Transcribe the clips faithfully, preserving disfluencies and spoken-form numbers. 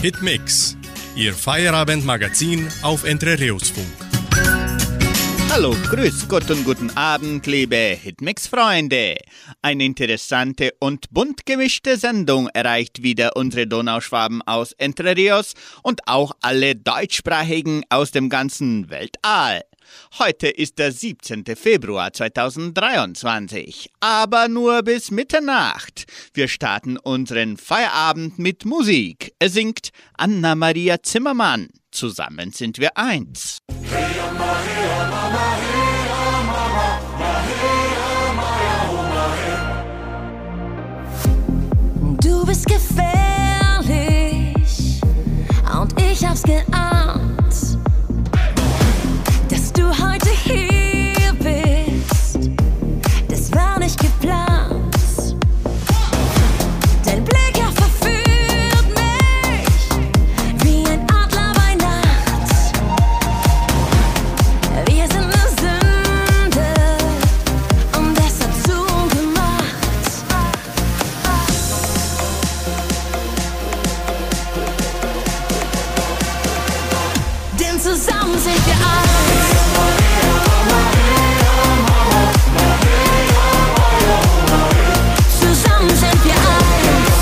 Hitmix, Ihr Feierabendmagazin auf Entre Rios Funk. Hallo, grüß Gott und guten Abend, liebe Hitmix-Freunde. Eine interessante und bunt gemischte Sendung erreicht wieder unsere Donauschwaben aus Entre Rios und auch alle Deutschsprachigen aus dem ganzen Weltall. Heute ist der siebzehnte Februar zweitausenddreiundzwanzig, aber nur bis Mitternacht. Wir starten unseren Feierabend mit Musik. Es singt Anna-Maria Zimmermann. Zusammen sind wir eins. Hey, Mama, hey, Mama, hey, Mama, hey, Mama, hey. Du bist gefährlich und ich hab's geahnt, dass du heute hier bist. Das war nicht geplant. Dein Blick, er verführt mich wie ein Adler bei Nacht. Wir sind eine Sünde und deshalb zugemacht. Denn zusammen sind wir eins. Zusammen sind wir eins.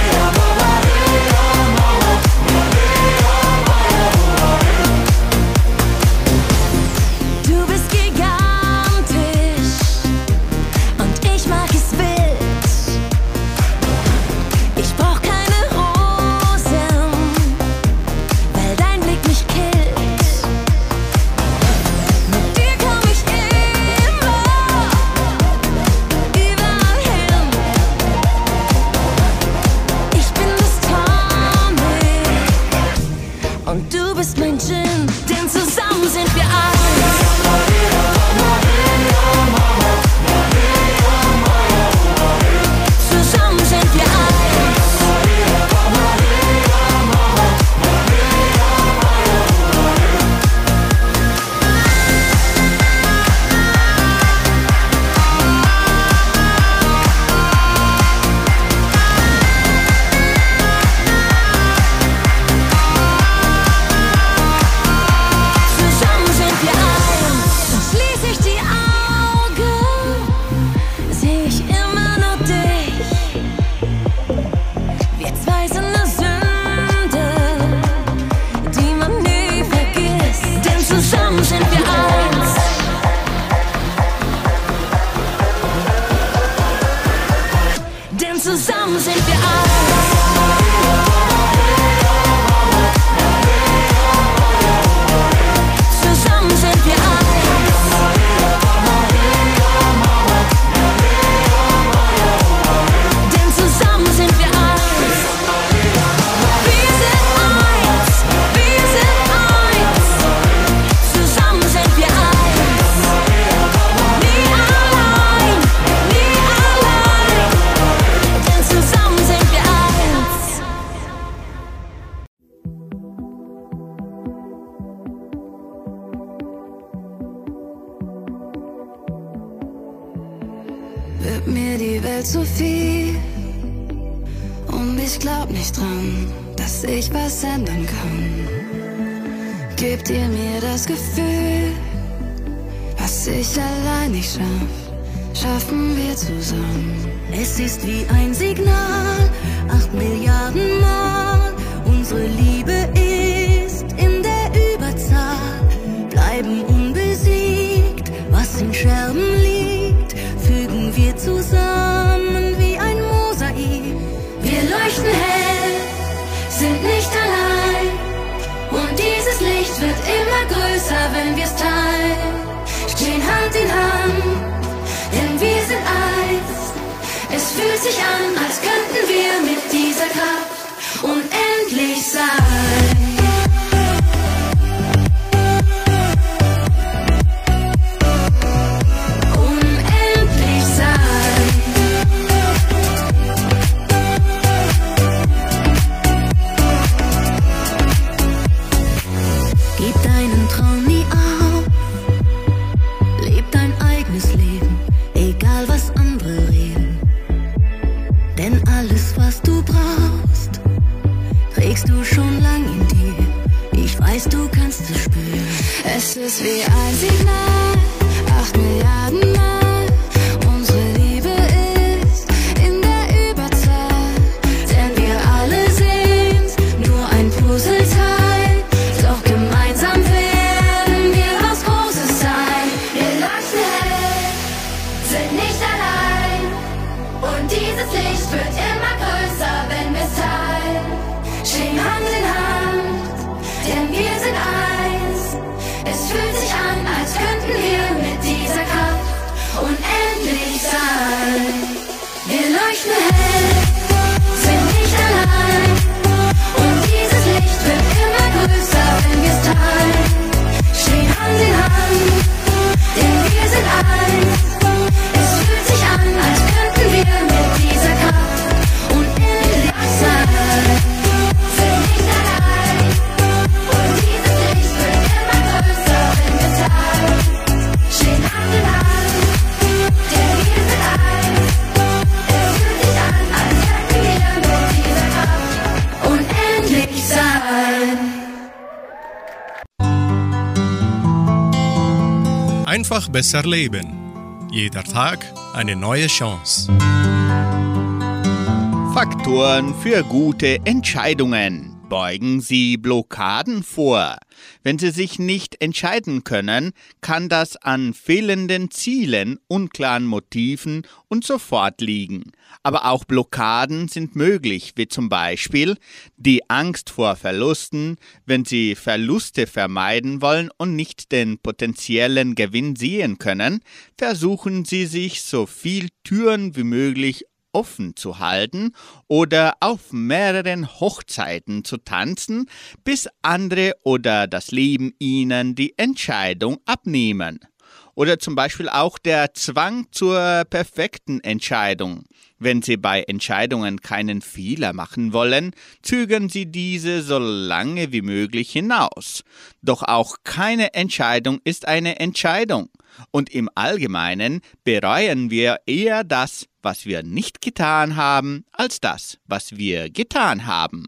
Du bist gigantisch und ich mag es wild. Ich brauch keine Rosen, weil dein Blick mich killt. Mit dir komm ich immer überall hin. Ich bin das Tonic und du bist mein Gin, denn zusammen sind wir eins. Zusammen sind wir eins. Zusammen sind wir eins. Schließ ich die Augen, seh ich immer nur dich. Wir zwei sind eine Sünde, die man nie vergisst. Denn zusammen sind wir eins. Denn zusammen sind wir eins. Zusammen sind wir eins. Denn zusammen sind wir eins. Wir sind eins. Wir sind eins. Zusammen sind wir eins. Nie allein, nie allein. Denn zusammen sind wir eins. Wird mir die Welt zu viel und ich glaub nicht dran, dass ich was ändern kann. Gebt ihr mir das Gefühl, was ich allein nicht schaff, schaffen wir zusammen. Es ist wie ein Signal, acht Milliarden Mal. Unsere Liebe ist in der Überzahl. Bleiben unbesiegt, was in Scherben liegt, fügen wir zusammen wie ein Mosaik. Wir leuchten hell, sind nicht allein. Und dieses Licht wird immer größer, wenn wir's teilen. Stehen Hand in Hand, denn wir sind eins. Es fühlt sich an, als könnten wir mit dieser Kraft unendlich sein. Unendlich sein. Gib deinen Traum nie auf, leb dein eigenes Leben, egal was andere reden. Denn alles, was du brauchst, trägst du schon Es ist wie ein Signal, acht Milliarden Mal. Unsere Liebe ist in der Überzahl, denn wir alle sind nur ein Puzzleteil. Doch gemeinsam werden wir was Großes sein. Wir leuchten hell, sind nicht allein. Und dieses Licht wird immer größer, wenn wir's teilen. Stehen Hand in Hand, denn wir sind eins. Es fühlt sich an, als könnten wir mit dieser Kraft unendlich sein. Wir leuchten hell, sind nicht allein. Und dieses Licht wird immer größer, wenn wir's teilen. Stehen Hand in Hand, denn wir sind eins. Es fühlt sich an, als könnten wir mit dieser Kraft unendlich sein. Sind nicht allein. Und dieses Licht wird immer größer, wenn wir teilen. Stehen Hand in Hand, denn wir sind eins. Es fühlt sich an, als könnten wir mit dieser Kraft unendlich sein. Einfach besser leben. Jeder Tag eine neue Chance. Faktoren für gute Entscheidungen. Beugen Sie Blockaden vor. Wenn Sie sich nicht entscheiden können, kann das an fehlenden Zielen, unklaren Motiven und so fort liegen. Aber auch Blockaden sind möglich, wie zum Beispiel die Angst vor Verlusten. Wenn Sie Verluste vermeiden wollen und nicht den potenziellen Gewinn sehen können, versuchen Sie sich so viel Türen wie möglich offen zu halten oder auf mehreren Hochzeiten zu tanzen, bis andere oder das Leben ihnen die Entscheidung abnehmen. Oder zum Beispiel auch der Zwang zur perfekten Entscheidung. Wenn Sie bei Entscheidungen keinen Fehler machen wollen, zögern Sie diese so lange wie möglich hinaus. Doch auch keine Entscheidung ist eine Entscheidung. Und im Allgemeinen bereuen wir eher das, was wir nicht getan haben, als das, was wir getan haben.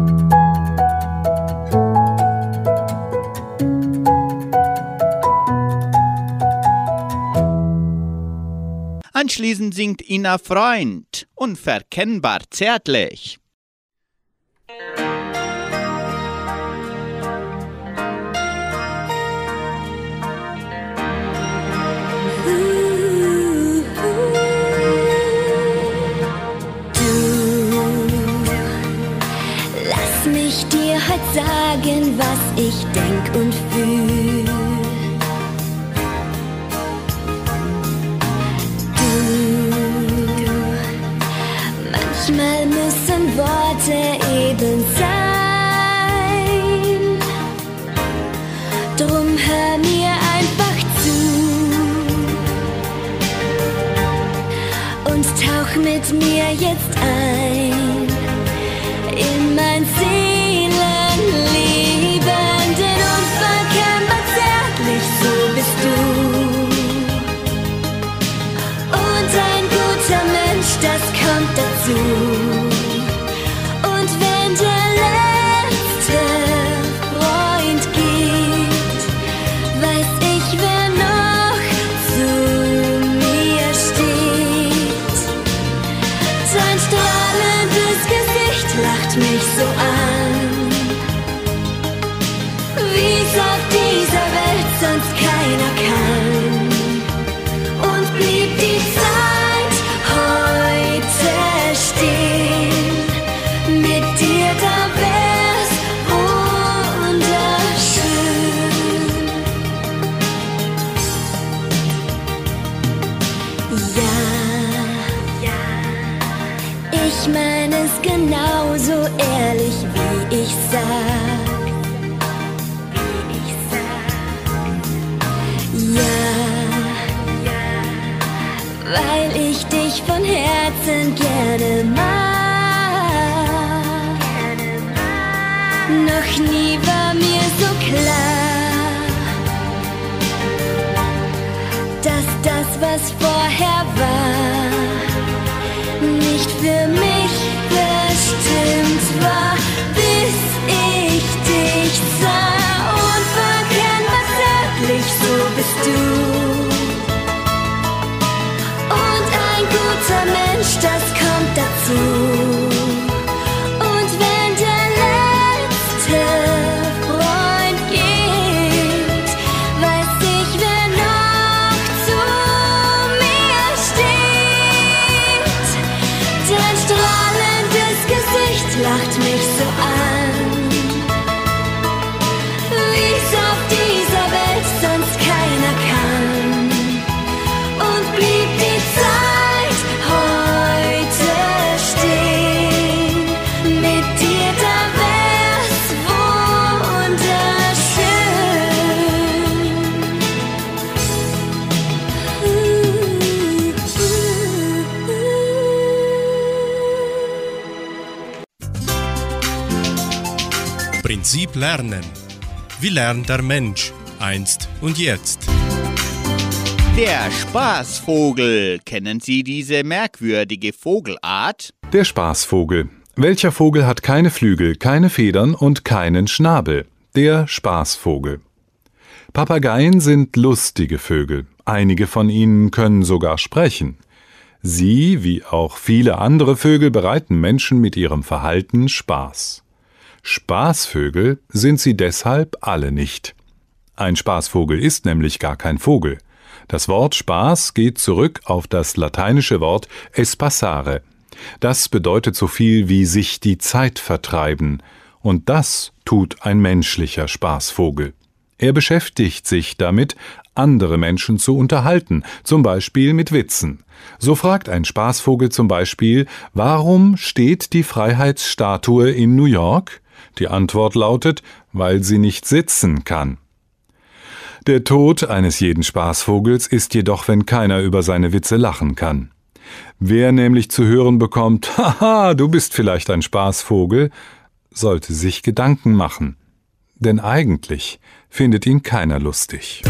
Anschließend singt Ina Freund, unverkennbar zärtlich. Sagen, was ich denk und fühl. Du, manchmal müssen Worte eben sein. Drum hör mir einfach zu und tauch mit mir jetzt ein in mein Seelen. Liebenden, unverkennbar zärtlich, so bist du. Und ein guter Mensch, das kommt dazu. Und wenn der letzte Freund geht, weiß ich, wer noch zu mir steht. Sein strahlendes Gesicht lacht mich so an, wie's auf dieser Welt sonst keiner kann. Und blieb die Zeit heute stehen, mit dir da wär's wunderschön. Ja, ich meine es genauso ehrlich, wie ich sag. Weil ich dich von Herzen gerne mag. Noch nie war mir so klar, dass das, was vorher war, nicht für mich bestimmt war, bis ich dich sah. Unverkennbar Prinzip Lernen. Wie lernt der Mensch einst und jetzt? Der Spaßvogel. Kennen Sie diese merkwürdige Vogelart? Der Spaßvogel. Welcher Vogel hat keine Flügel, keine Federn und keinen Schnabel? Der Spaßvogel. Papageien sind lustige Vögel. Einige von ihnen können sogar sprechen. Sie, wie auch viele andere Vögel, bereiten Menschen mit ihrem Verhalten Spaß. Spaßvögel sind sie deshalb alle nicht. Ein Spaßvogel ist nämlich gar kein Vogel. Das Wort Spaß geht zurück auf das lateinische Wort espassare. Das bedeutet so viel wie sich die Zeit vertreiben. Und das tut ein menschlicher Spaßvogel. Er beschäftigt sich damit, andere Menschen zu unterhalten, zum Beispiel mit Witzen. So fragt ein Spaßvogel zum Beispiel, warum steht die Freiheitsstatue in New York? Die Antwort lautet, weil sie nicht sitzen kann. Der Tod eines jeden Spaßvogels ist jedoch, wenn keiner über seine Witze lachen kann. Wer nämlich zu hören bekommt, haha, du bist vielleicht ein Spaßvogel, sollte sich Gedanken machen. Denn eigentlich findet ihn keiner lustig.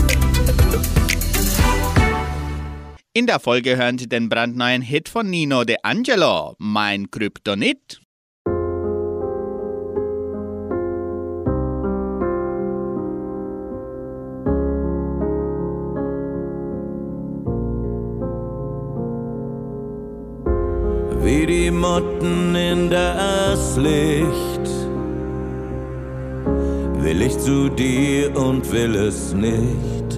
In der Folge hören Sie den brandneuen Hit von Nino De Angelo, Mein Kryptonit. Wie die Motten in das Licht will ich zu dir und will es nicht,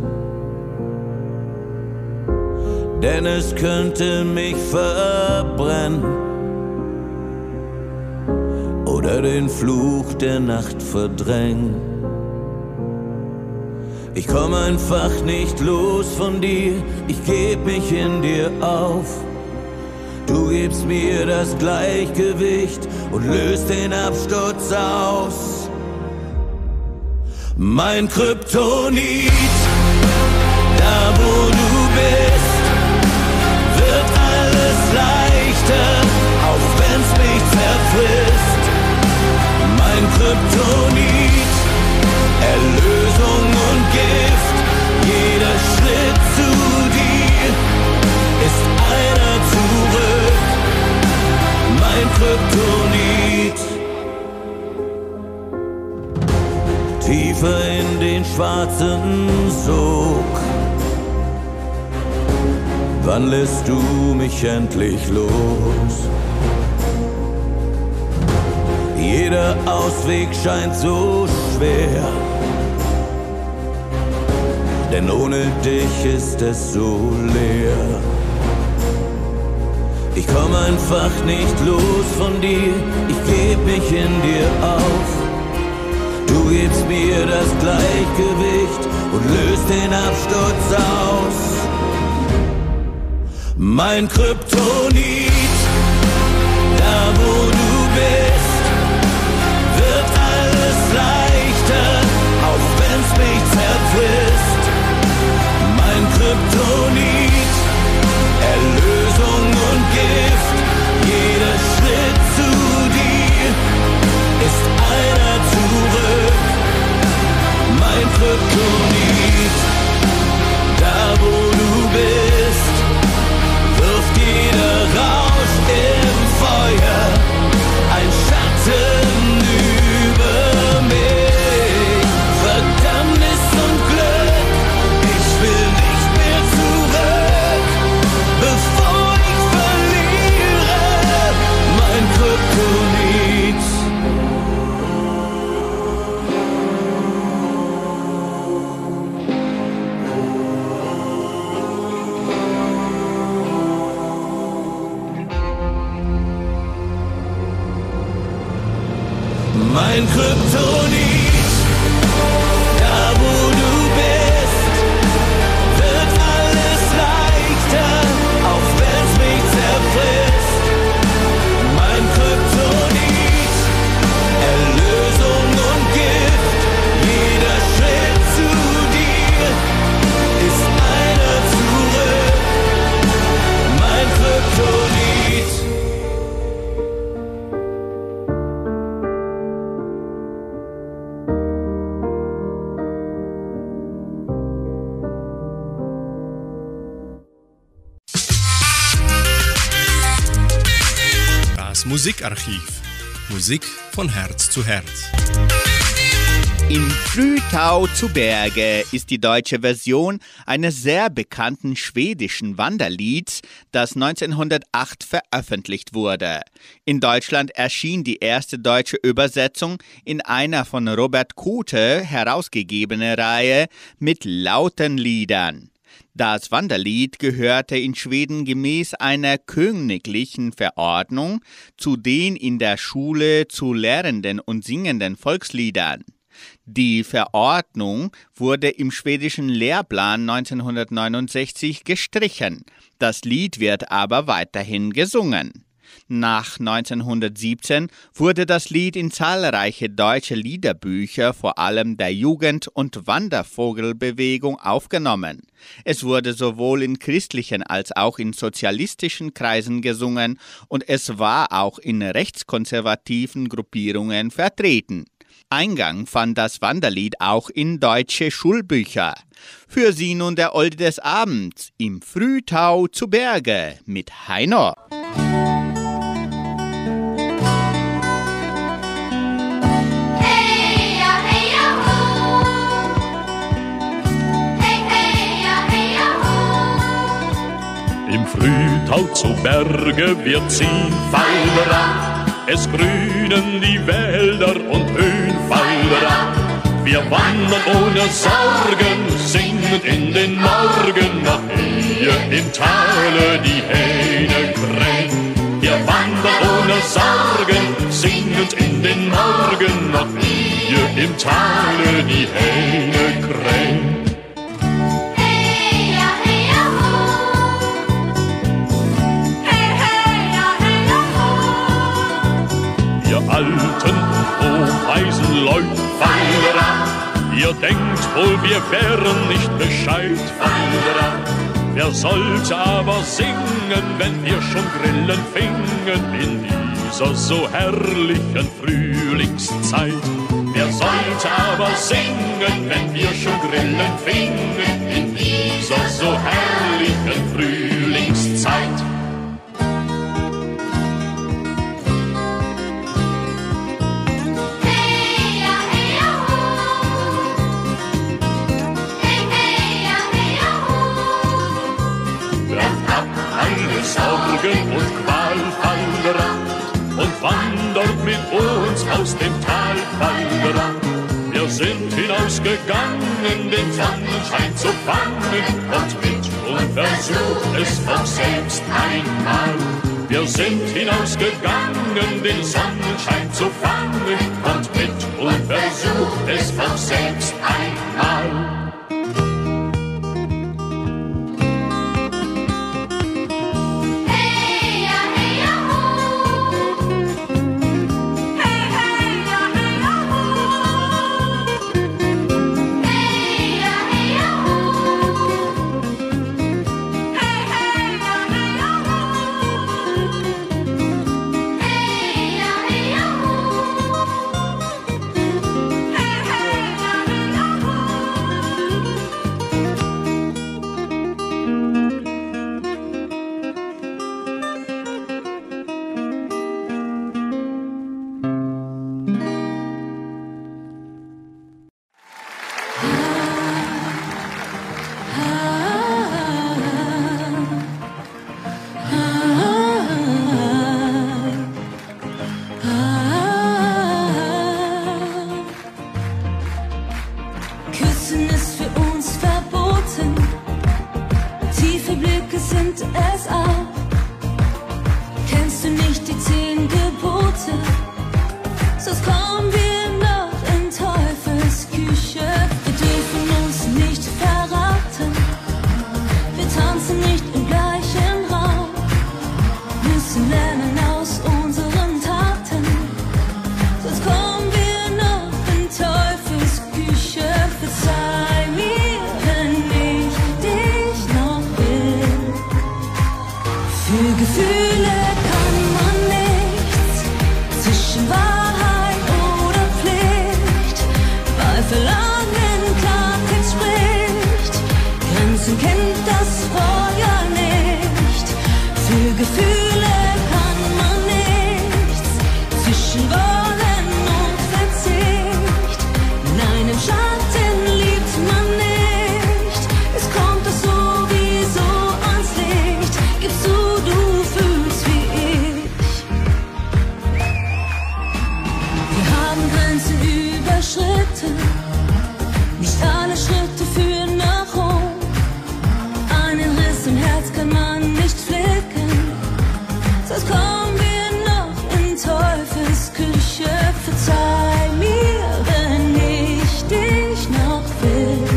denn es könnte mich verbrennen oder den Fluch der Nacht verdrängen. Ich komm einfach nicht los von dir, ich geb mich in dir auf. Du gibst mir das Gleichgewicht und löst den Absturz aus. Mein Kryptonit, da wo du bist, wird alles leichter, auch wenn's mich zerfrisst. Mein Kryptonit, Erlösung und Gift, jeder Schritt zu dir ist einer zurück. Mein Kryptonit. Tiefer in den schwarzen Sog. Wann lässt du mich endlich los? Jeder Ausweg scheint so schwer, denn ohne dich ist es so leer. Ich komm einfach nicht los von dir, ich geb mich in dir auf. Du gibst mir das Gleichgewicht und löst den Absturz aus. Mein Kryptonit, da wo du bist, wird alles leichter, auch wenn's mich zerfrisst. Mein Kryptonit, Erlösung und Gift, jeder Schritt zu dir ist einer zurück. Mein Kryptonit, da wo du bist, wirft jeder Rausch im Feuer ein Schatten über mich. Verdammnis und Glück, ich will nicht mehr zurück, bevor ich verliere mein Kryptonit. Mein Kryptonit, da wo du bist, wird alles leichter, auch wenn's mich zerfrisst. Mein Kryptonit, Erlösung und Gift, jeder Schritt zu dir ist einer zurück. Mein Kryptonit. Das Musikarchiv. Musik von Herz zu Herz. In Frühtau zu Berge ist die deutsche Version eines sehr bekannten schwedischen Wanderlieds, das neunzehnhundertacht veröffentlicht wurde. In Deutschland erschien die erste deutsche Übersetzung in einer von Robert Kote herausgegebenen Reihe mit lauten Liedern. Das Wanderlied gehörte in Schweden gemäß einer königlichen Verordnung zu den in der Schule zu lehrenden und singenden Volksliedern. Die Verordnung wurde im schwedischen Lehrplan neunzehnhundertneunundsechzig gestrichen. Das Lied wird aber weiterhin gesungen. Nach neunzehnhundertsiebzehn wurde das Lied in zahlreiche deutsche Liederbücher, vor allem der Jugend- und Wandervogelbewegung, aufgenommen. Es wurde sowohl in christlichen als auch in sozialistischen Kreisen gesungen und es war auch in rechtskonservativen Gruppierungen vertreten. Eingang fand das Wanderlied auch in deutsche Schulbücher. Für Sie nun der Olde des Abends im Frühtau zu Berge mit Heino. Im Frühtau zu Berge, wir ziehen Pfeile ran. Es grünen die Wälder und Höhenpfeile ran. Wir wandern ohne Sorgen, singend in den Morgen. Noch hier im Tale die Hähne krähen. Wir wandern ohne Sorgen, singend in den Morgen. Noch hier im Tale die Hähne krähen. Ihr alten Hofeisen läuft Pfeile ran. Ihr denkt wohl, wir wären nicht Bescheid, Pfeile ran. Wer sollte aber singen, wenn wir schon Grillen fingen in dieser so herrlichen Frühlingszeit? Wer sollte aber singen, wenn wir schon Grillen fingen in dieser so herrlichen Frühlingszeit? Sorgen und Qualfallrand und wandert mit uns aus dem Talfallrand. Wir sind hinausgegangen, den Sonnenschein zu fangen und mit und versucht es doch selbst einmal. Wir sind hinausgegangen, den Sonnenschein zu fangen und mit und versucht es doch selbst einmal. Grenzen überschritten. Nicht alle Schritte führen nach Rom. Einen Riss im Herz kann man nicht flicken. Sonst kommen wir noch in Teufels Küche. Verzeih mir, wenn ich dich noch will.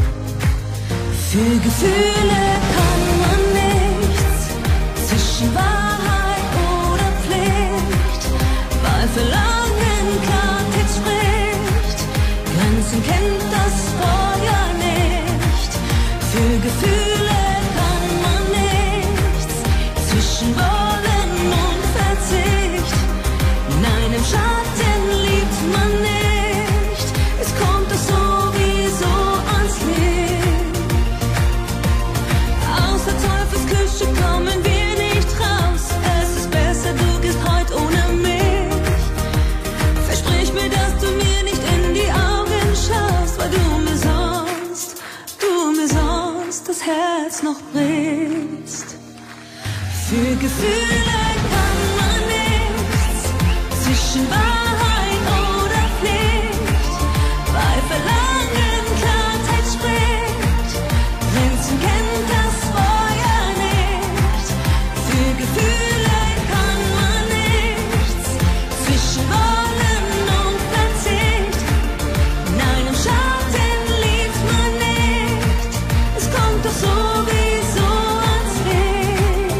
Für Gefühle kann man nichts zwischen Wahrheit oder Pflicht, weil Verlangen Klartext spricht. Grenzen kennt das Feuer nicht. Für Gefühle kann man nichts zwischen Wollen und Verzicht. Nein, im Schatten liebt man nicht. Es kommt doch sowieso ans Licht. Aus der Teufelsküche kommen wir nicht raus. Es ist besser, du gehst heute ohne mich. Versprich mir, dass du mir nicht in die Augen schaust, weil du mir sonst, du mir sonst das Herz noch brichst. Für Gefühle kann man nichts zwischen Wahrheit oder Pflicht, weil Verlangen Klartext spricht. Grenzen kennt das Feuer nicht. Für Gefühle kann man nichts zwischen Wollen und Verzicht. Nein, im Schatten liebt man nicht. Es kommt doch sowieso ans Licht.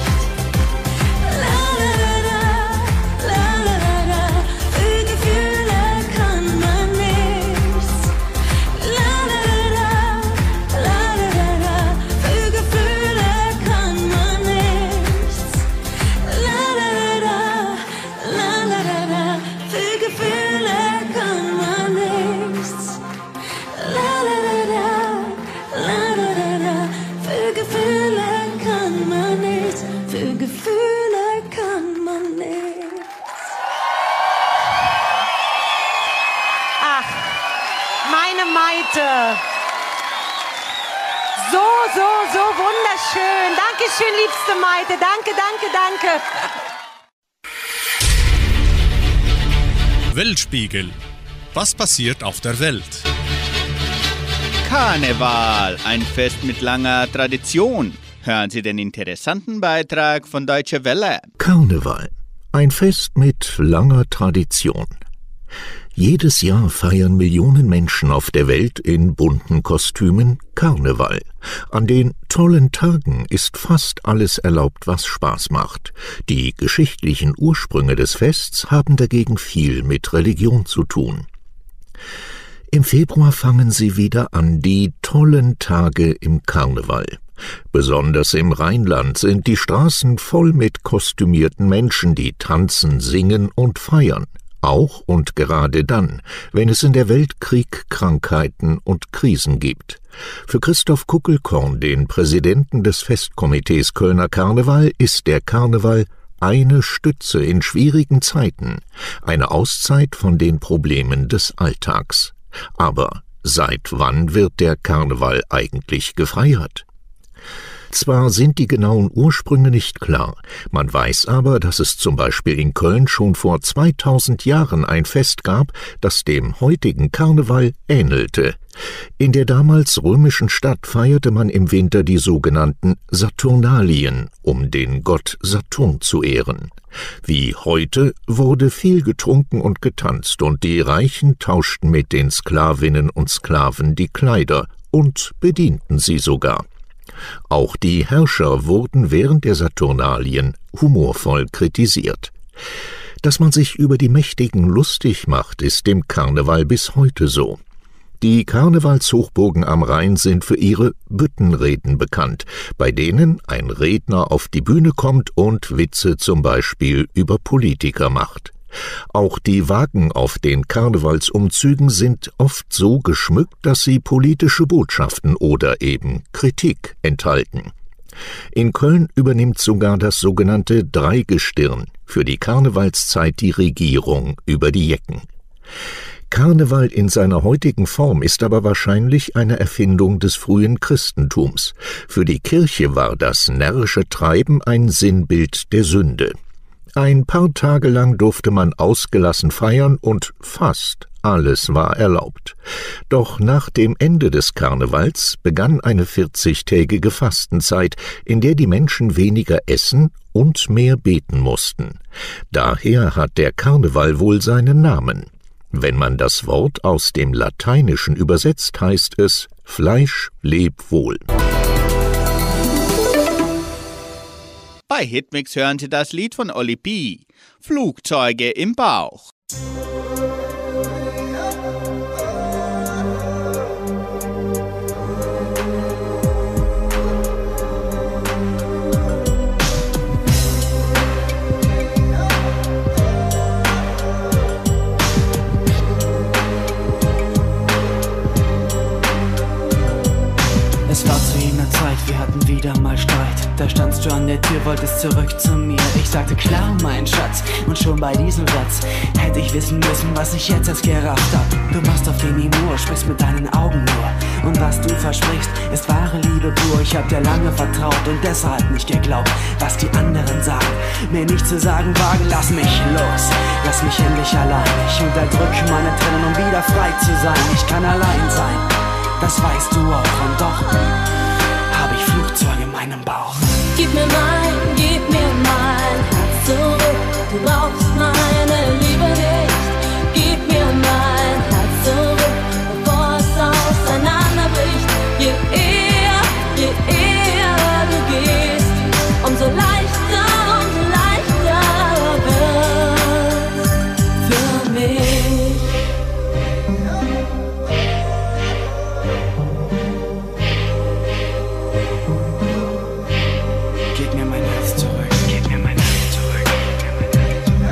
La la la la, la la la. Für Gefühle kann man nichts. La la la la, la la la. Für Gefühle kann man nichts. La la la la, la la la. Für Gefühle kann man nichts. La la la la, la la la. Für Gefühle kann man nichts. Für Gefühle kann man nichts. Ach, meine Maite. So, so, so wunderschön. Dankeschön, liebste Maite. Danke, danke, danke. Weltspiegel. Was passiert auf der Welt? Karneval, ein Fest mit langer Tradition. Hören Sie den interessanten Beitrag von Deutsche Welle. Karneval, ein Fest mit langer Tradition. Jedes Jahr feiern Millionen Menschen auf der Welt in bunten Kostümen Karneval. An den tollen Tagen ist fast alles erlaubt, was Spaß macht. Die geschichtlichen Ursprünge des Fests haben dagegen viel mit Religion zu tun. Im Februar fangen sie wieder an, die tollen Tage im Karneval. Besonders im Rheinland sind die Straßen voll mit kostümierten Menschen, die tanzen, singen und feiern. Auch und gerade dann, wenn es in der Welt Krieg, Krankheiten und Krisen gibt. Für Christoph Kuckelkorn, den Präsidenten des Festkomitees Kölner Karneval, ist der Karneval eine Stütze in schwierigen Zeiten, eine Auszeit von den Problemen des Alltags. Aber seit wann wird der Karneval eigentlich gefeiert? Zwar sind die genauen Ursprünge nicht klar, man weiß aber, dass es zum Beispiel in Köln schon vor zweitausend Jahren ein Fest gab, das dem heutigen Karneval ähnelte. In der damals römischen Stadt feierte man im Winter die sogenannten Saturnalien, um den Gott Saturn zu ehren. Wie heute wurde viel getrunken und getanzt, und die Reichen tauschten mit den Sklavinnen und Sklaven die Kleider und bedienten sie sogar. Auch die Herrscher wurden während der Saturnalien humorvoll kritisiert. Dass man sich über die Mächtigen lustig macht, ist im Karneval bis heute so. Die Karnevalshochburgen am Rhein sind für ihre Büttenreden bekannt, bei denen ein Redner auf die Bühne kommt und Witze zum Beispiel über Politiker macht. Auch die Wagen auf den Karnevalsumzügen sind oft so geschmückt, dass sie politische Botschaften oder eben Kritik enthalten. In Köln übernimmt sogar das sogenannte Dreigestirn für die Karnevalszeit die Regierung über die Jecken. Karneval in seiner heutigen Form ist aber wahrscheinlich eine Erfindung des frühen Christentums. Für die Kirche war das närrische Treiben ein Sinnbild der Sünde. Ein paar Tage lang durfte man ausgelassen feiern und fast alles war erlaubt. Doch nach dem Ende des Karnevals begann eine vierzigtägige Fastenzeit, in der die Menschen weniger essen und mehr beten mussten. Daher hat der Karneval wohl seinen Namen. Wenn man das Wort aus dem Lateinischen übersetzt, heißt es Fleisch, leb wohl. Bei Hitmix hören Sie das Lied von Oli B. Flugzeuge im Bauch. Es war zu jener Zeit, wir hatten wieder mal Streit. Da standst du an der Tür, wolltest zurück zu mir. Ich sagte klar, mein Schatz, und schon bei diesem Satz hätte ich wissen müssen, was ich jetzt erst gerafft hab. Du machst auf den Imur, sprichst mit deinen Augen nur. Und was du versprichst, ist wahre Liebe pur. Ich hab dir lange vertraut und deshalb nicht geglaubt, was die anderen sagen. Mir nicht zu sagen wagen, lass mich los, lass mich endlich allein. Ich unterdrück meine Tränen, um wieder frei zu sein. Ich kann allein sein, das weißt du auch, und doch hab ich Flugzeuge in meinem Bauch. Gib mir mein, gib mir mein Herz zurück. Du brauchst meine Liebe nicht. Gib mir mein Herz zurück, bevor es auseinanderbricht. Je eher, je eher du gehst, umso leichter, umso leichter wird's für mich. Gib mir mein Herz zurück, gib mir mein Herz zurück, gib mir mein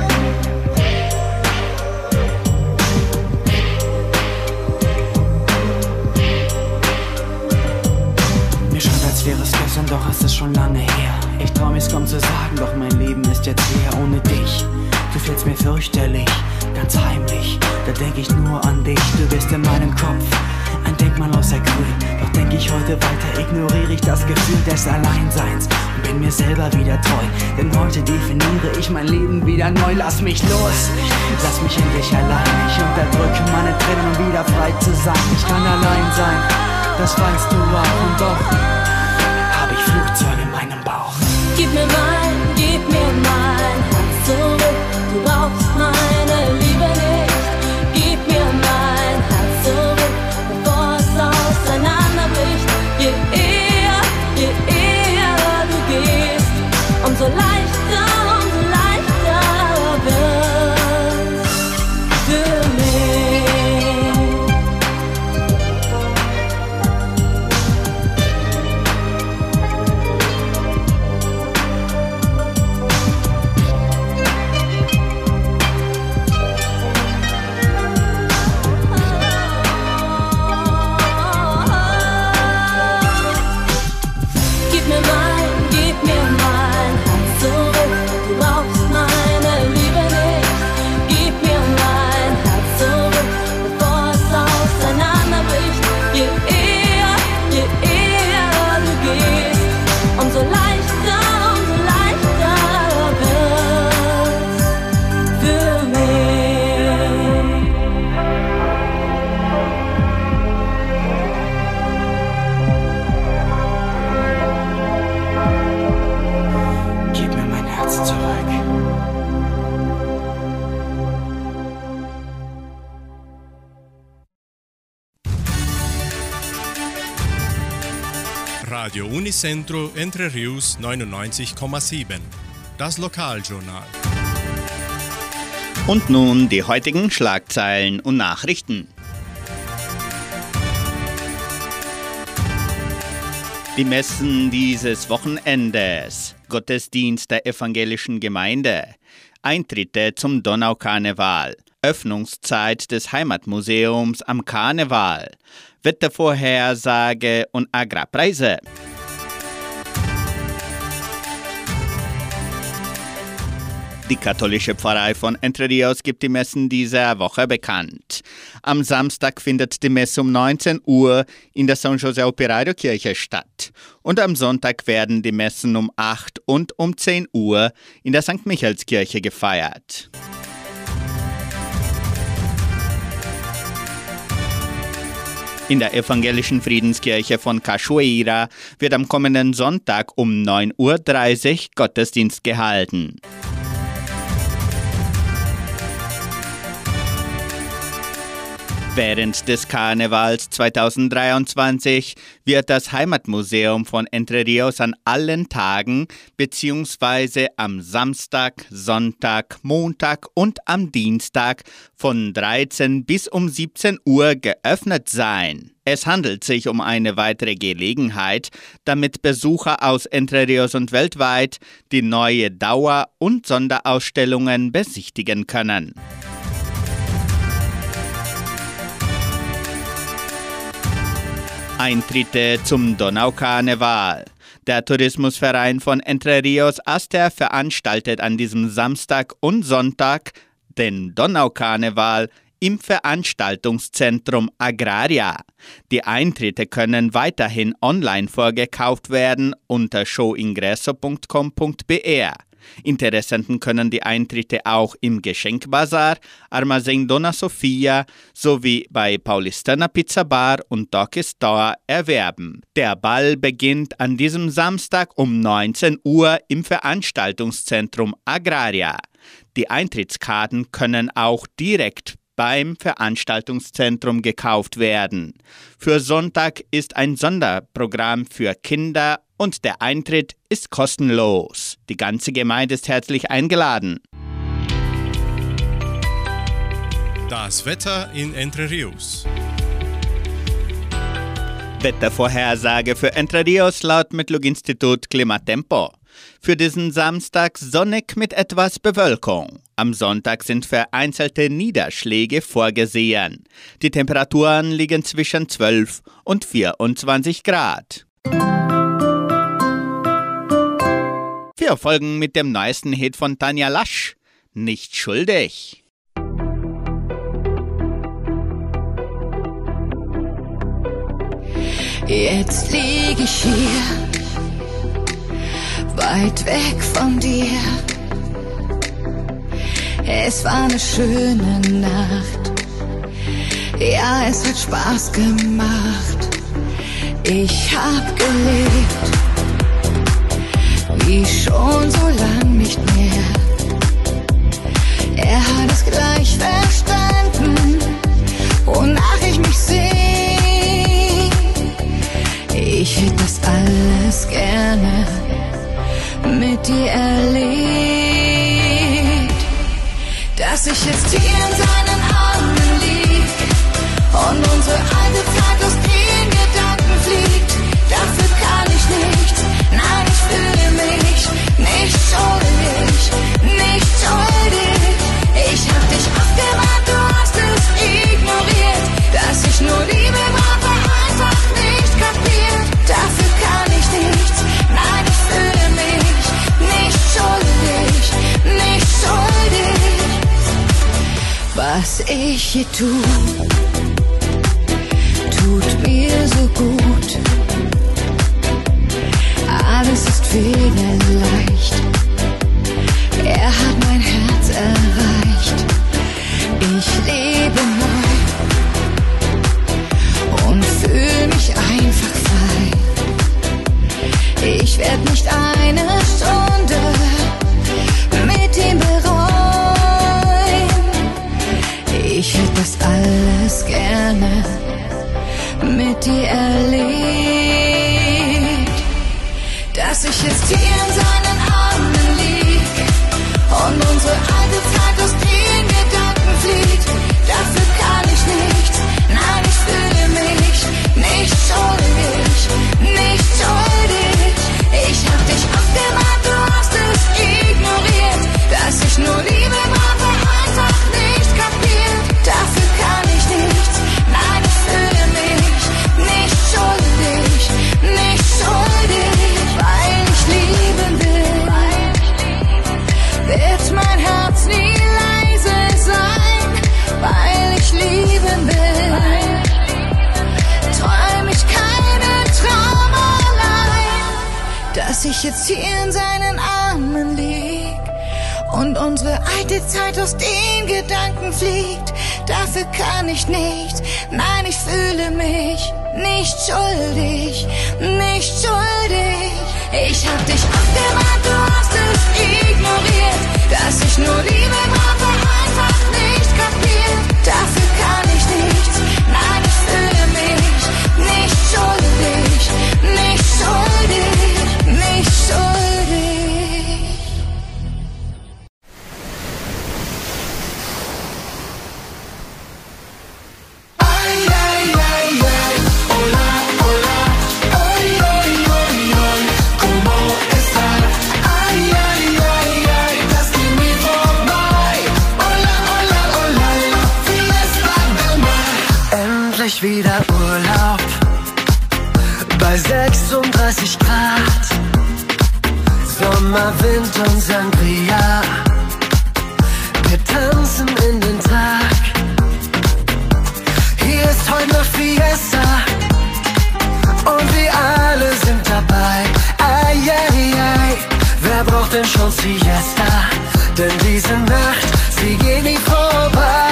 Herz. Mir scheint, als wäre es gestern, doch es ist schon lange her. Ich trau mich kaum zu sagen, doch mein Leben ist jetzt leer ohne dich. Du fehlst mir fürchterlich, ganz heimlich. Da denk ich nur an dich, du bist in meinem Kopf ein Denkmal aus Acryl. Doch denk ich heute weiter, ignoriere ich das Gefühl des Alleinseins und bin mir selber wieder treu. Denn heute definiere ich mein Leben wieder neu. Lass mich los, lass mich endlich allein. Ich unterdrücke meine Tränen, um wieder frei zu sein. Ich kann allein sein, das weißt du auch, und doch hab ich Flugzeuge in meinem Bauch. Gib mir mein, gib mir mein Herz zurück. Du brauchst meine Liebe nicht. Gib mir mein Herz zurück, bevor es auseinanderbricht. Je eher, je eher du gehst, umso leichter, umso leichter wird's für mich. Gib mir mein, gib mir mein Herz zurück. Du brauchst meine Liebe nicht. Gib mir mein Herz zurück, bevor es auseinanderbricht. Je eher, je eher du gehst, umso leichter, umso leichter wird's für mich. Gib mir mein Herz zurück. Radio Unicentro Entre Rius neunundneunzig Komma sieben. Das Lokaljournal. Und nun die heutigen Schlagzeilen und Nachrichten. Die Messen dieses Wochenendes, Gottesdienst der evangelischen Gemeinde, Eintritte zum Donaukarneval, Öffnungszeit des Heimatmuseums am Karneval, Wettervorhersage und Agrarpreise. Die katholische Pfarrei von Entre Rios gibt die Messen dieser Woche bekannt. Am Samstag findet die Messe um neunzehn Uhr in der San José Operario Kirche statt. Und am Sonntag werden die Messen um acht und um zehn Uhr in der Sankt Michaelskirche gefeiert. In der evangelischen Friedenskirche von Cachoeira wird am kommenden Sonntag um neun Uhr dreißig Gottesdienst gehalten. Während des Karnevals zweitausenddreiundzwanzig wird das Heimatmuseum von Entre Rios an allen Tagen bzw. am Samstag, Sonntag, Montag und am Dienstag von dreizehn bis um siebzehn Uhr geöffnet sein. Es handelt sich um eine weitere Gelegenheit, damit Besucher aus Entre Rios und weltweit die neue Dauer- und Sonderausstellungen besichtigen können. Eintritte zum Donaukarneval. Der Tourismusverein von Entre Rios Aster veranstaltet an diesem Samstag und Sonntag den Donaukarneval im Veranstaltungszentrum Agraria. Die Eintritte können weiterhin online vorgekauft werden unter showingresso punkt com punkt b r. Interessenten können die Eintritte auch im Geschenkbazar, Armazém Dona Sofia sowie bei Paulistana Pizza Bar und Doki Store erwerben. Der Ball beginnt an diesem Samstag um neunzehn Uhr im Veranstaltungszentrum Agraria. Die Eintrittskarten können auch direkt beim Veranstaltungszentrum gekauft werden. Für Sonntag ist ein Sonderprogramm für Kinder und der Eintritt ist kostenlos. Die ganze Gemeinde ist herzlich eingeladen. Das Wetter in Entre Rios. Wettervorhersage für Entre Rios laut Metlog-Institut Klimatempo. Für diesen Samstag sonnig mit etwas Bewölkung. Am Sonntag sind vereinzelte Niederschläge vorgesehen. Die Temperaturen liegen zwischen zwölf und vierundzwanzig Grad. Wir folgen mit dem neuesten Hit von Tanja Lasch, Nicht schuldig. Jetzt lieg ich hier, weit weg von dir. Es war eine schöne Nacht, ja, es hat Spaß gemacht. Ich hab gelebt, wie schon so lang nicht mehr. Er hat es gleich verstanden, wonach ich mich seh. Ich hätte das alles gerne mit dir erlebt. Dass ich jetzt hier in seinen Armen lieg und unsere alte Zeit aus den Gedanken fliegt. Dafür kann ich nichts, nein, ich fühle mich nicht schuldig, nicht schuldig. Ich hab dich oft gewarnt, du hast es ignoriert. Dass ich nur Liebe brauche, einfach nicht kapiert. Dafür kann ich nichts, nein, ich fühle mich nicht schuldig, nicht schuldig. Was ich hier tu, tut mir so gut. Alles ist fehlerleicht. Er hat mein Herz erreicht. Ich lebe neu und fühl mich einfach frei. Ich werd nicht eine Stunde mit ihm bereuen. Ich hätte das alles gerne mit dir erlebt. Dass ich jetzt hier in seinen Armen lieg und unsere alte Zeit aus den Gedanken fliegt. Dafür kann ich nichts, nein, ich fühle mich nicht schuldig, nicht schuldig. Ich hab dich oft gewarnt, du hast es ignoriert. Dass ich nur Liebe brauche, einfach nicht kapiert. Dafür kann ich nichts, nein, ich fühle mich nicht schuldig, nicht schuldig. Weil ich lieben will, wird mein Herz dass ich jetzt hier in seinen Armen lieg und unsere alte Zeit aus den Gedanken fliegt. Dafür kann ich nicht, nein, ich fühle mich nicht schuldig, nicht schuldig. Ich hab dich abgewandt, du hast es ignoriert, dass ich nur Liebe brauche, einfach nicht kapiert. Dafür kann ich nichts, nein, ich fühle mich nicht schuldig, nicht schuldig, nicht schuldig. Wieder Urlaub bei sechsunddreißig Grad, Sommer, Wind und Sangria. Wir tanzen in den Tag. Hier ist heute noch Fiesta und wir alle sind dabei. Ai, ai, ai, wer braucht denn schon Siesta? Denn diese Nacht, sie geht nie vorbei.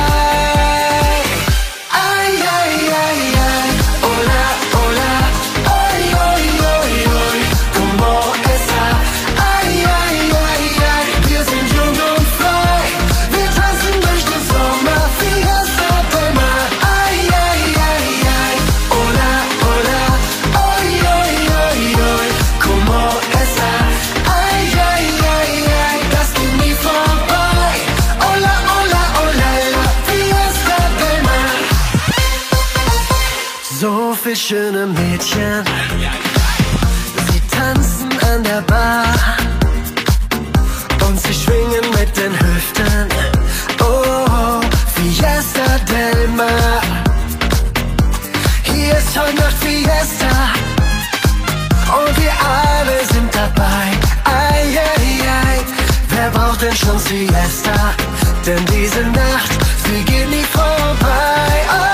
Schöne Mädchen, sie tanzen an der Bar und sie schwingen mit den Hüften. Oh, Fiesta del Mar. Hier ist heute Nacht Fiesta und wir alle sind dabei. Ai, ai, ai, wer braucht denn schon Siesta? Denn diese Nacht, sie geht nie vorbei. Oh.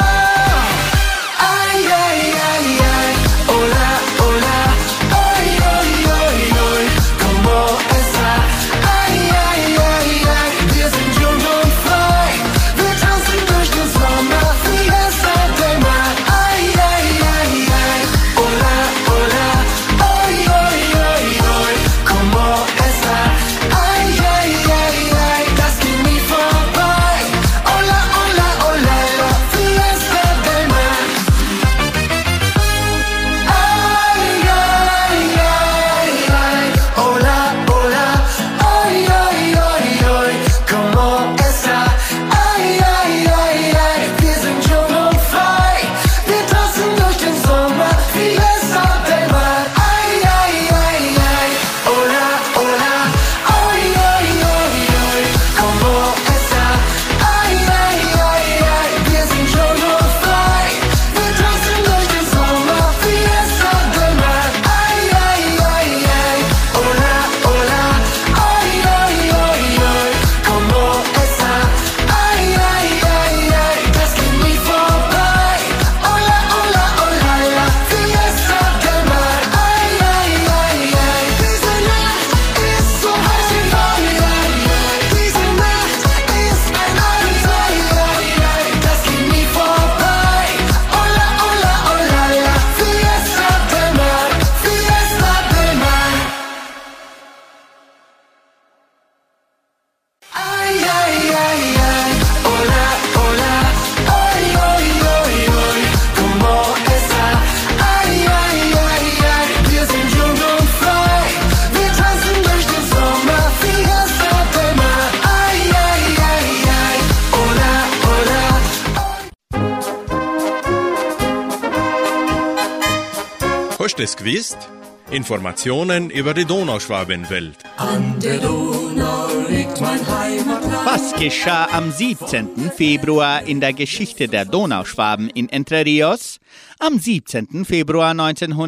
Hast du es gewusst? Informationen über die Donauschwabenwelt. An der Donau liegt mein Heimatland. Was geschah am siebzehnten Februar in der Geschichte der Donauschwaben in Entre Rios? Am siebzehnten Februar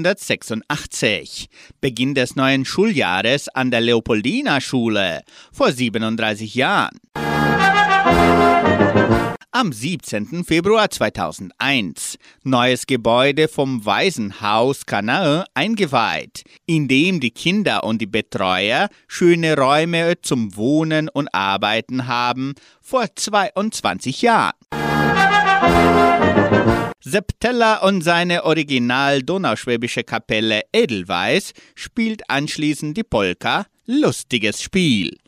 neunzehnhundertsechsundachtzig, Beginn des neuen Schuljahres an der Leopoldina-Schule, vor siebenunddreißig Jahren. am siebzehnten Februar zweitausendeins. Neues Gebäude vom Waisenhaus Canaan eingeweiht, in dem die Kinder und die Betreuer schöne Räume zum Wohnen und Arbeiten haben, vor zweiundzwanzig Jahren. Sepp Teller und seine original-donauschwäbische Kapelle Edelweiss spielt anschließend die Polka Lustiges Spiel.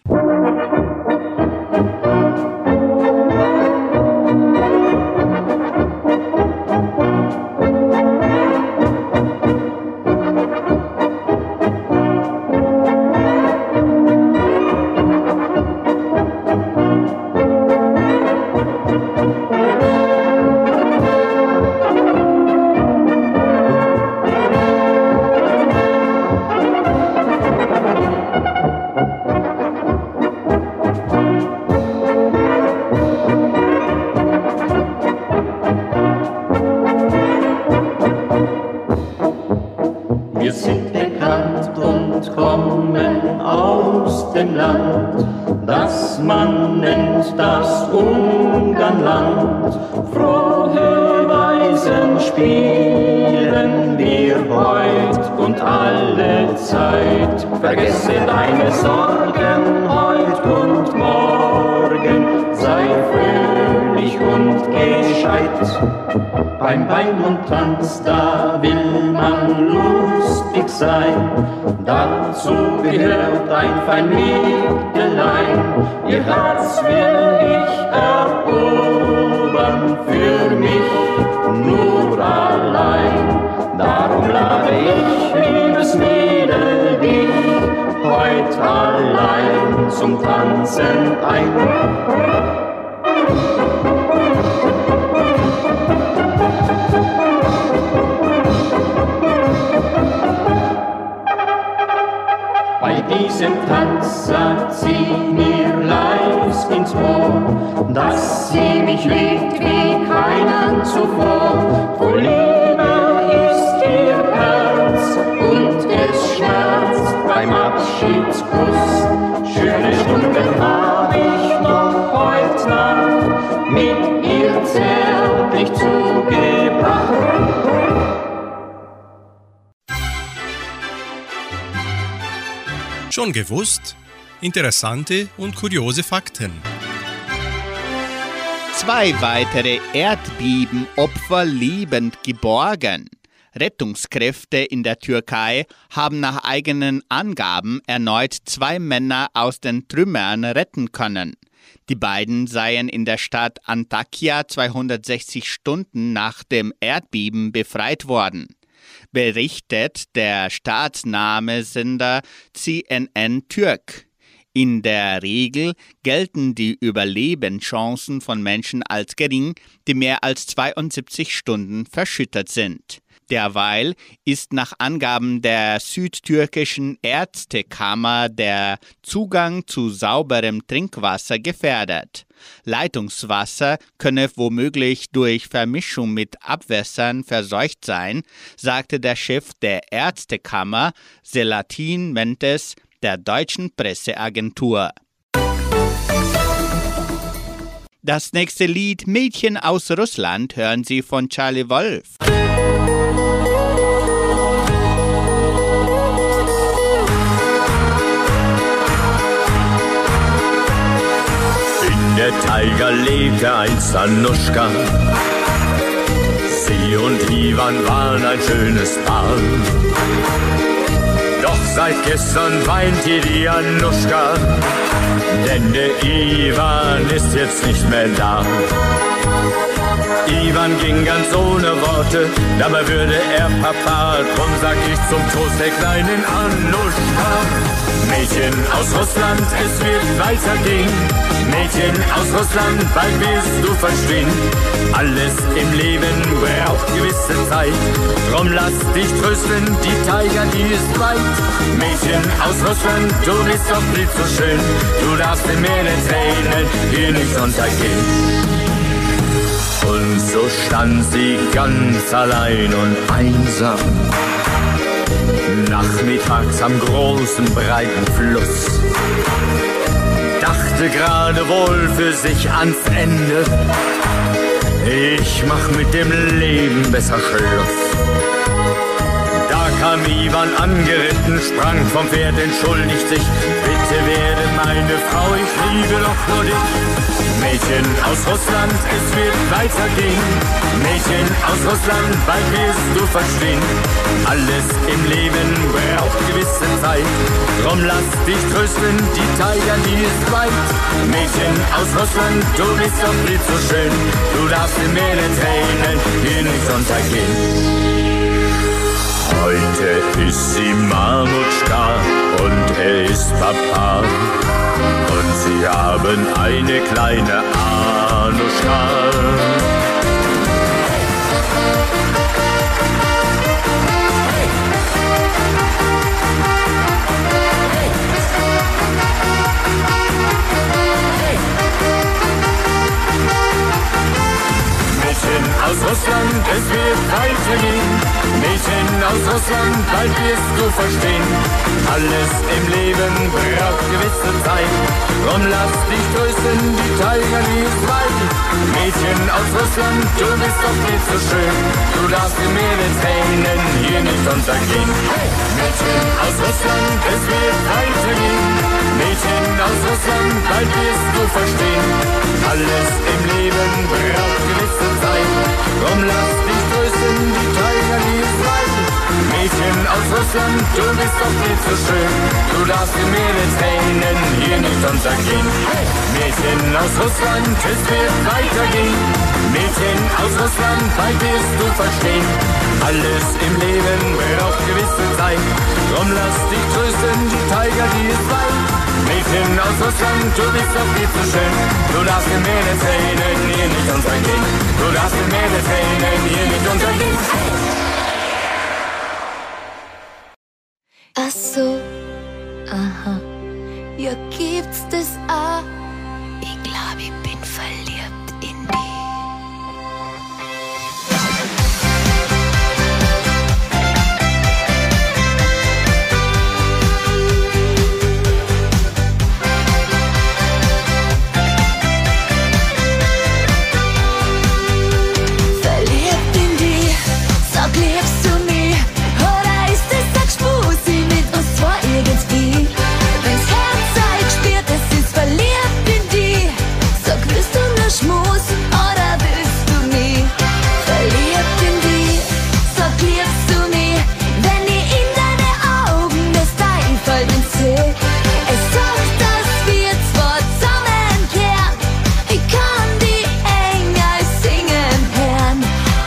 Wir sind bekannt und kommen aus dem Land, das man nennt das Ungarnland. Frohe Weisen spielen wir heut und alle Zeit. Vergesse deine Sorgen heut und morgen, sei fröhlich und gescheit. Beim Wein und Tanz, da will man lustig sein, dazu gehört ein fein Mägdelein. Ihr Herz will ich erobern für mich nur allein. Darum lade ich, liebes Mädel, dich heut allein zum Tanzen ein. Bei diesem Tanz sagt sie mir leis ins Ohr, dass sie mich liebt wie keinen zuvor. Vor Liebe ist ihr Herz und es schmerzt beim Abschiedskuss. Schöne Stunden hab ich noch heut Nacht mit ihr zärtlich zugebracht. Schon gewusst? Interessante und kuriose Fakten. Zwei weitere Erdbebenopfer lebend geborgen. Rettungskräfte in der Türkei haben nach eigenen Angaben erneut zwei Männer aus den Trümmern retten können. Die beiden seien in der Stadt Antakya zweihundertsechzig Stunden nach dem Erdbeben befreit worden. Berichtet der Staatsnahmesender C N N Türk. In der Regel gelten die Überlebenschancen von Menschen als gering, die mehr als zweiundsiebzig Stunden verschüttet sind. Derweil ist nach Angaben der südtürkischen Ärztekammer der Zugang zu sauberem Trinkwasser gefährdet. Leitungswasser könne womöglich durch Vermischung mit Abwässern verseucht sein, sagte der Chef der Ärztekammer Selahattin Mentes der deutschen Presseagentur. Das nächste Lied Mädchen aus Russland hören Sie von Charlie Wolf. In der Taiga lebte einst Anuschka. Sie und Ivan waren ein schönes Paar. Doch seit gestern weint hier die Anuschka, denn der Ivan ist jetzt nicht mehr da. Ivan ging ganz ohne Worte, dabei würde er Papa, drum sag ich zum Trost der kleinen Anuschka. Mädchen aus Russland, es wird weitergehen. Mädchen aus Russland, bald wirst du verstehen. Alles im Leben braucht gewisse Zeit, drum lass dich trösten, die Taiga, die ist weit. Mädchen aus Russland, du bist doch viel zu schön, du darfst in mir den Tränen hier nicht untergehen. Und so stand sie ganz allein und einsam, nachmittags am großen breiten Fluss. Da dachte gerade wohl für sich ans Ende. Ich mach mit dem Leben besser Schluss. Da kam Ivan angeritten, sprang vom Pferd, entschuldigt sich. Bitte werde meine Frau, ich liebe doch nur dich. Mädchen aus Russland, es wird weitergehen. Mädchen aus Russland, bald wirst du verstehen. Alles im Leben braucht gewisse Zeit. Drum lass dich trösten, die Tiger, die ist weit. Mädchen aus Russland, du bist doch viel zu schön. Du darfst in mir den Tränen hier nicht untergehen. Heute ist sie Mamutschka und er ist Papa. Und sie haben eine kleine Anuschka. Mädchen aus Russland, es wird weitergehen. Mädchen aus Russland, bald wirst du verstehen. Alles im Leben braucht gewisse Zeit. Drum lass dich trösten, die Tiger, die ist weit. Mädchen aus Russland, du bist doch viel zu schön. Du darfst in mir den Tränen hier nicht untergehen. Mädchen aus Russland, es wird weitergehen. Mädchen aus Russland, bald wirst du verstehen. Alles im Leben braucht gewisse Zeit. Drum lass dich trösten, die Tiger, die ist weit. Mädchen aus Russland, du bist doch viel zu schön. Du darfst in mir den Tränen hier nicht untergehen. Mädchen aus Russland, es wird weitergehen. Mädchen aus Russland, bald wirst du verstehen. Alles im Leben braucht gewisse Zeit. Drum lass dich trösten, die Tiger, die ist weit. Mädchen aus Russland, du bist doch viel zu schön. Du darfst in mir den Tränen hier nicht untergehen. Du darfst in mir den Tränen hier nicht untergehen. Ach so, aha, ja gibt's das auch. Ich glaub, ich bin verliebt in dich. Verliebt in dich, sag, liebst du mich? Oder ist es ein Gspusi mit uns zwei irgendwie? Wenn's Herz sei gespürt, es ist verliebt in dich. Sag, willst du nur schmusen oder willst du mich? Verliebt in dich, sag, liebst du mich? Wenn ich in deine Augen das Einfallen seh. Es sagt, dass wir zwei zusammenkehren. Ich kann die Engel singen hören.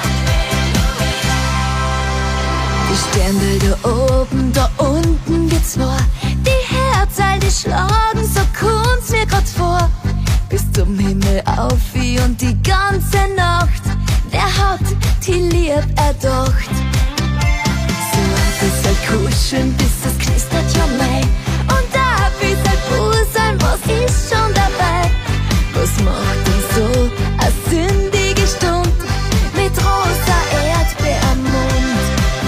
Die Sterne da oben, da unten, wir zwei. Die Herzal, die schlagen, so kommt's mir grad vor. Bis zum Himmel auf wie und die ganze Nacht. Wer hat die Lieb erdacht? So ein bisschen kuscheln, bis es knistert, ja mei. Und da ein bisschen Buseln, was ist schon dabei? Was macht denn so eine sündige Stund mit rosa Erdbeer am Mund?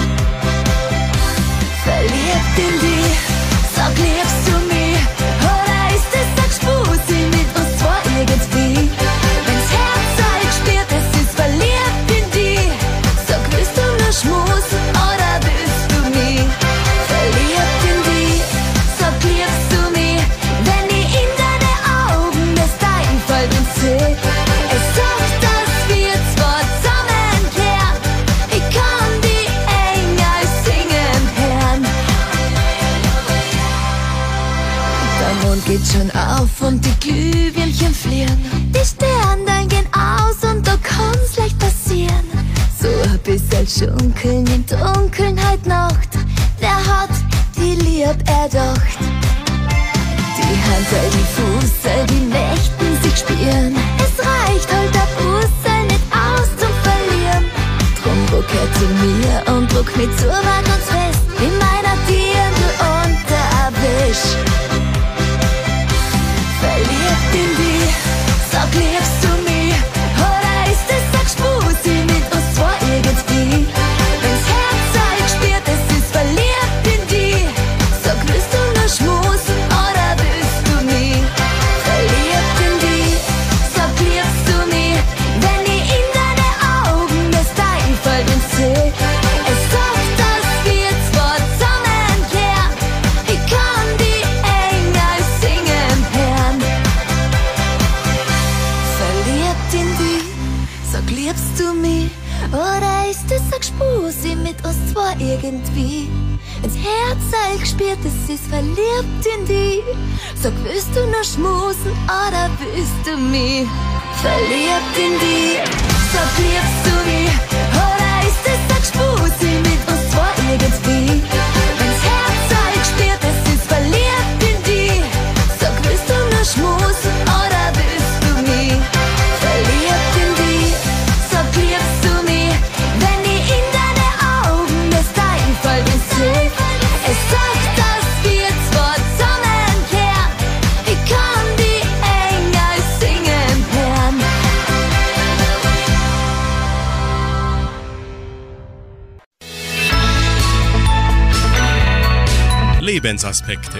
Verliebt in dich, sag, liebst du mich? Oder ist es ein Gspusi mit uns zwei irgendwie? Wenn's Herz sei gespürt, es ist verliebt in dich. Sag, willst du nur schmusen oder willst du mich? Verliebt in dich, sag, liebst du mich? Wenn ich in deine Augen das Einfallen seh. Es sagt, dass wir zwei zusammenkehren. Ich kann die Engel singen hören. Der Mond geht schon auf und die Glühwürmchen fliehen. Die Sternlein gehen aus und da kann's leicht passieren. So ein bisschen schunkeln in Dunkeln heute Nacht. Wer hat die Lieb erdacht? Die Hand, die Fuße, die möchten sich spüren. Es reicht halt der Busse nicht aus zum Verlieren. Drum ruck her zu mir und druck mich zu, wand uns fest. In meiner Dirndl untererwisch. Verliebt in dich, sag, liebst du mich? Oder ist es ein Gspusi mit uns zwei irgendwie? Wenn's Herz sei gespürt, es ist verliebt in dich. Sag, willst du nur schmusen oder willst du mich? in die. Sag, liebst du mich? Oder ist es ein Gspusi mit uns zwei irgendwie? Ins Herz hab ich gespürt, es ist verliebt in die. Sag, willst du noch schmusen oder willst du mich? Verliebt in die. Sag, liebst du mich? Oder ist es ein Gspusi mit uns zwei irgendwie? Ins Herz hab ich gespürt, es ist verliebt in die. Sag, willst du noch schmusen oder willst du mich? Verliebt in die. Sag, liebst du mich? Wenn ich in deine Augen das Einfall sehe, es sagt, dass wir zwei zusammenkehren. Ich kann die Engel singen hören. Lebensaspekte.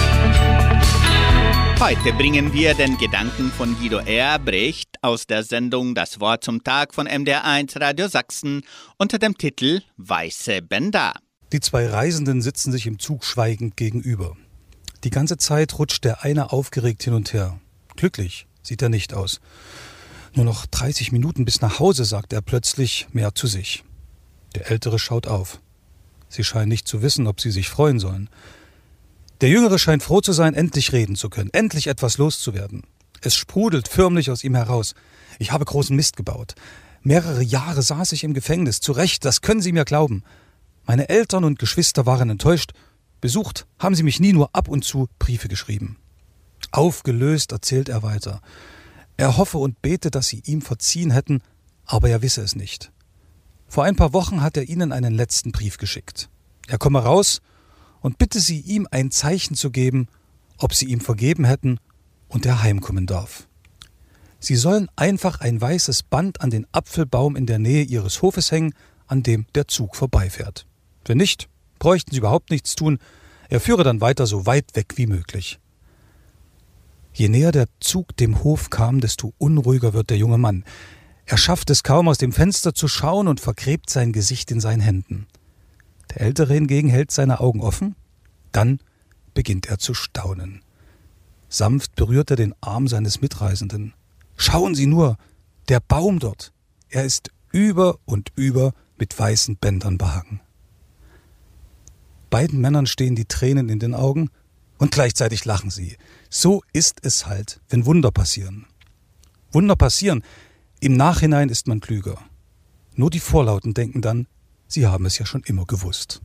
Heute bringen wir den Gedanken von Guido Erbrecht aus der Sendung Das Wort zum Tag von M D R eins Radio Sachsen unter dem Titel Weiße Bänder. Die zwei Reisenden sitzen sich im Zug schweigend gegenüber. Die ganze Zeit rutscht der eine aufgeregt hin und her. Glücklich sieht er nicht aus. Nur noch dreißig Minuten bis nach Hause, sagt er plötzlich mehr zu sich. Der Ältere schaut auf. Sie scheinen nicht zu wissen, ob sie sich freuen sollen. Der Jüngere scheint froh zu sein, endlich reden zu können, endlich etwas loszuwerden. Es sprudelt förmlich aus ihm heraus. Ich habe großen Mist gebaut. Mehrere Jahre saß ich im Gefängnis, zu Recht, das können Sie mir glauben. Meine Eltern und Geschwister waren enttäuscht. Besucht haben sie mich nie, nur ab und zu Briefe geschrieben. Aufgelöst erzählt er weiter. Er hoffe und bete, dass sie ihm verziehen hätten, aber er wisse es nicht. Vor ein paar Wochen hat er ihnen einen letzten Brief geschickt. Er komme raus und bitte sie, ihm ein Zeichen zu geben, ob sie ihm vergeben hätten und er heimkommen darf. Sie sollen einfach ein weißes Band an den Apfelbaum in der Nähe ihres Hofes hängen, an dem der Zug vorbeifährt. Wenn nicht, bräuchten sie überhaupt nichts tun, er führe dann weiter so weit weg wie möglich. Je näher der Zug dem Hof kam, desto unruhiger wird der junge Mann. Er schafft es kaum, aus dem Fenster zu schauen und vergräbt sein Gesicht in seinen Händen. Der Ältere hingegen hält seine Augen offen, dann beginnt er zu staunen. Sanft berührt er den Arm seines Mitreisenden. Schauen Sie nur, der Baum dort, er ist über und über mit weißen Bändern behangen. Beiden Männern stehen die Tränen in den Augen und gleichzeitig lachen sie. So ist es halt, wenn Wunder passieren. Wunder passieren, im Nachhinein ist man klüger. Nur die Vorlauten denken dann, sie haben es ja schon immer gewusst.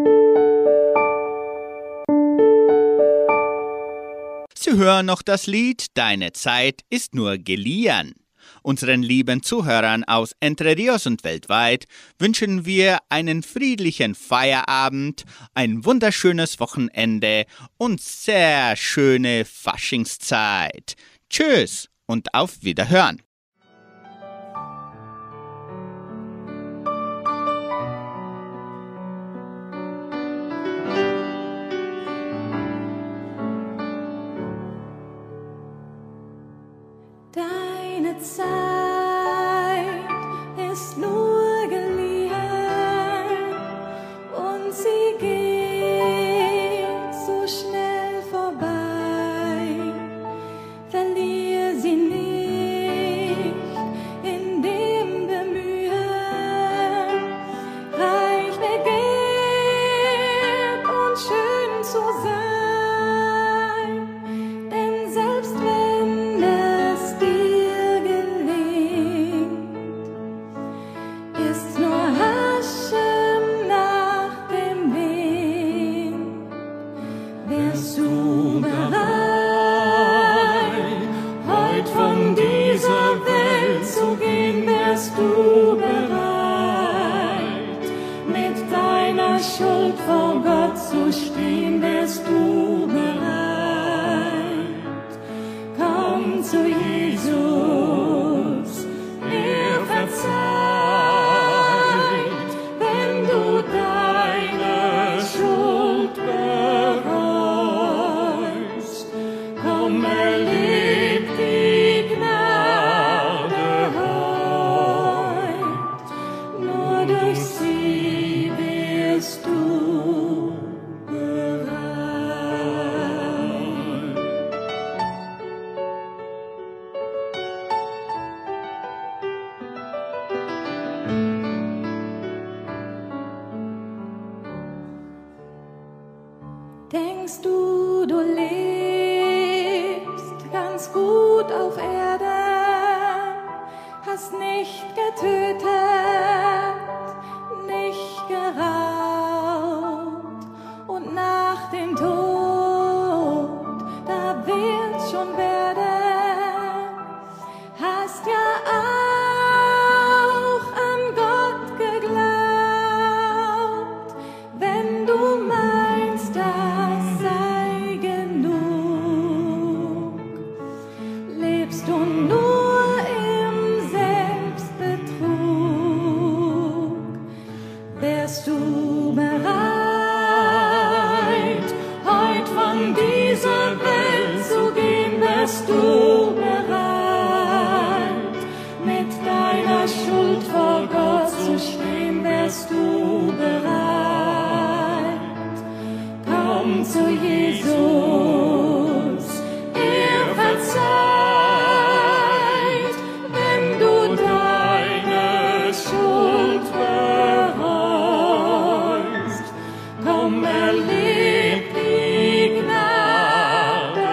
Sie hören noch das Lied Deine Zeit ist nur geliehen. Unseren lieben Zuhörern aus Entre Rios und weltweit wünschen wir einen friedlichen Feierabend, ein wunderschönes Wochenende und sehr schöne Faschingszeit. Tschüss und auf Wiederhören. Deine Zeit ist nur geliehen und sie geht so schnell vorbei. Verlier sie nicht in dem Bemühen, reich begehrt und schön zu sein. Denn selbst wenn es dir gelingt, ist nur Asche nach dem Wind. Wärst du bereit, heut von dieser Welt zu gehen? Wärst du bereit, mit deiner Schuld vor Gott zu stehen? Wärst du bereit, komm zu Jesus, er verzeiht, wenn du deine Schuld bereust. Komm, erleb die Gnade heut, nur durch sie wirst du bereit. Denkst du, du lebst ganz gut auf Erde, hast nicht getötet, nicht geraubt und nach dem Tod, da wird's schon werden, hast ja auch an Gott geglaubt, wenn du meinst, das sei genug, lebst du nur im Selbstbetrug, wärst du bereit, heut von dieser Welt zu gehen, wärst du bereit, mit deiner Schuld vor Gott zu stehen, wärst du bereit, komm zu Jesus, er verzeiht, wenn du deine Schuld bereust, komm, erleb die Gnade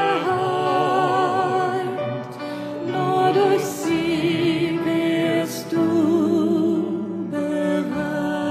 heut, nur durch sie wirst du bereit.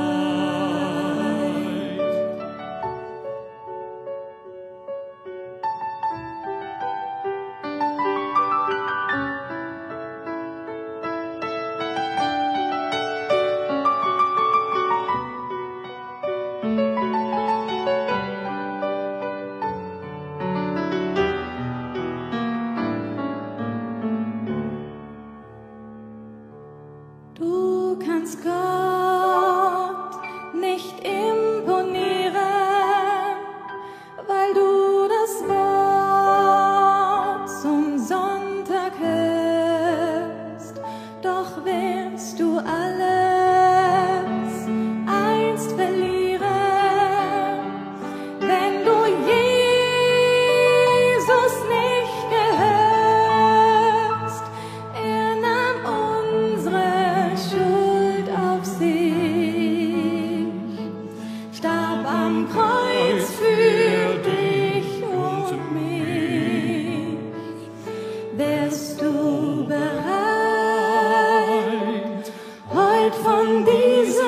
Du kannst Gott nicht imponieren, weil du das Wort zum Sonntag hörst, doch wirst du alles einst verlieren, wenn du Jesus nicht gehörst. Er nahm unsere Schuld auf sich, starb am Kreuz für dich und mich. Wärst du bereit, heut von dieser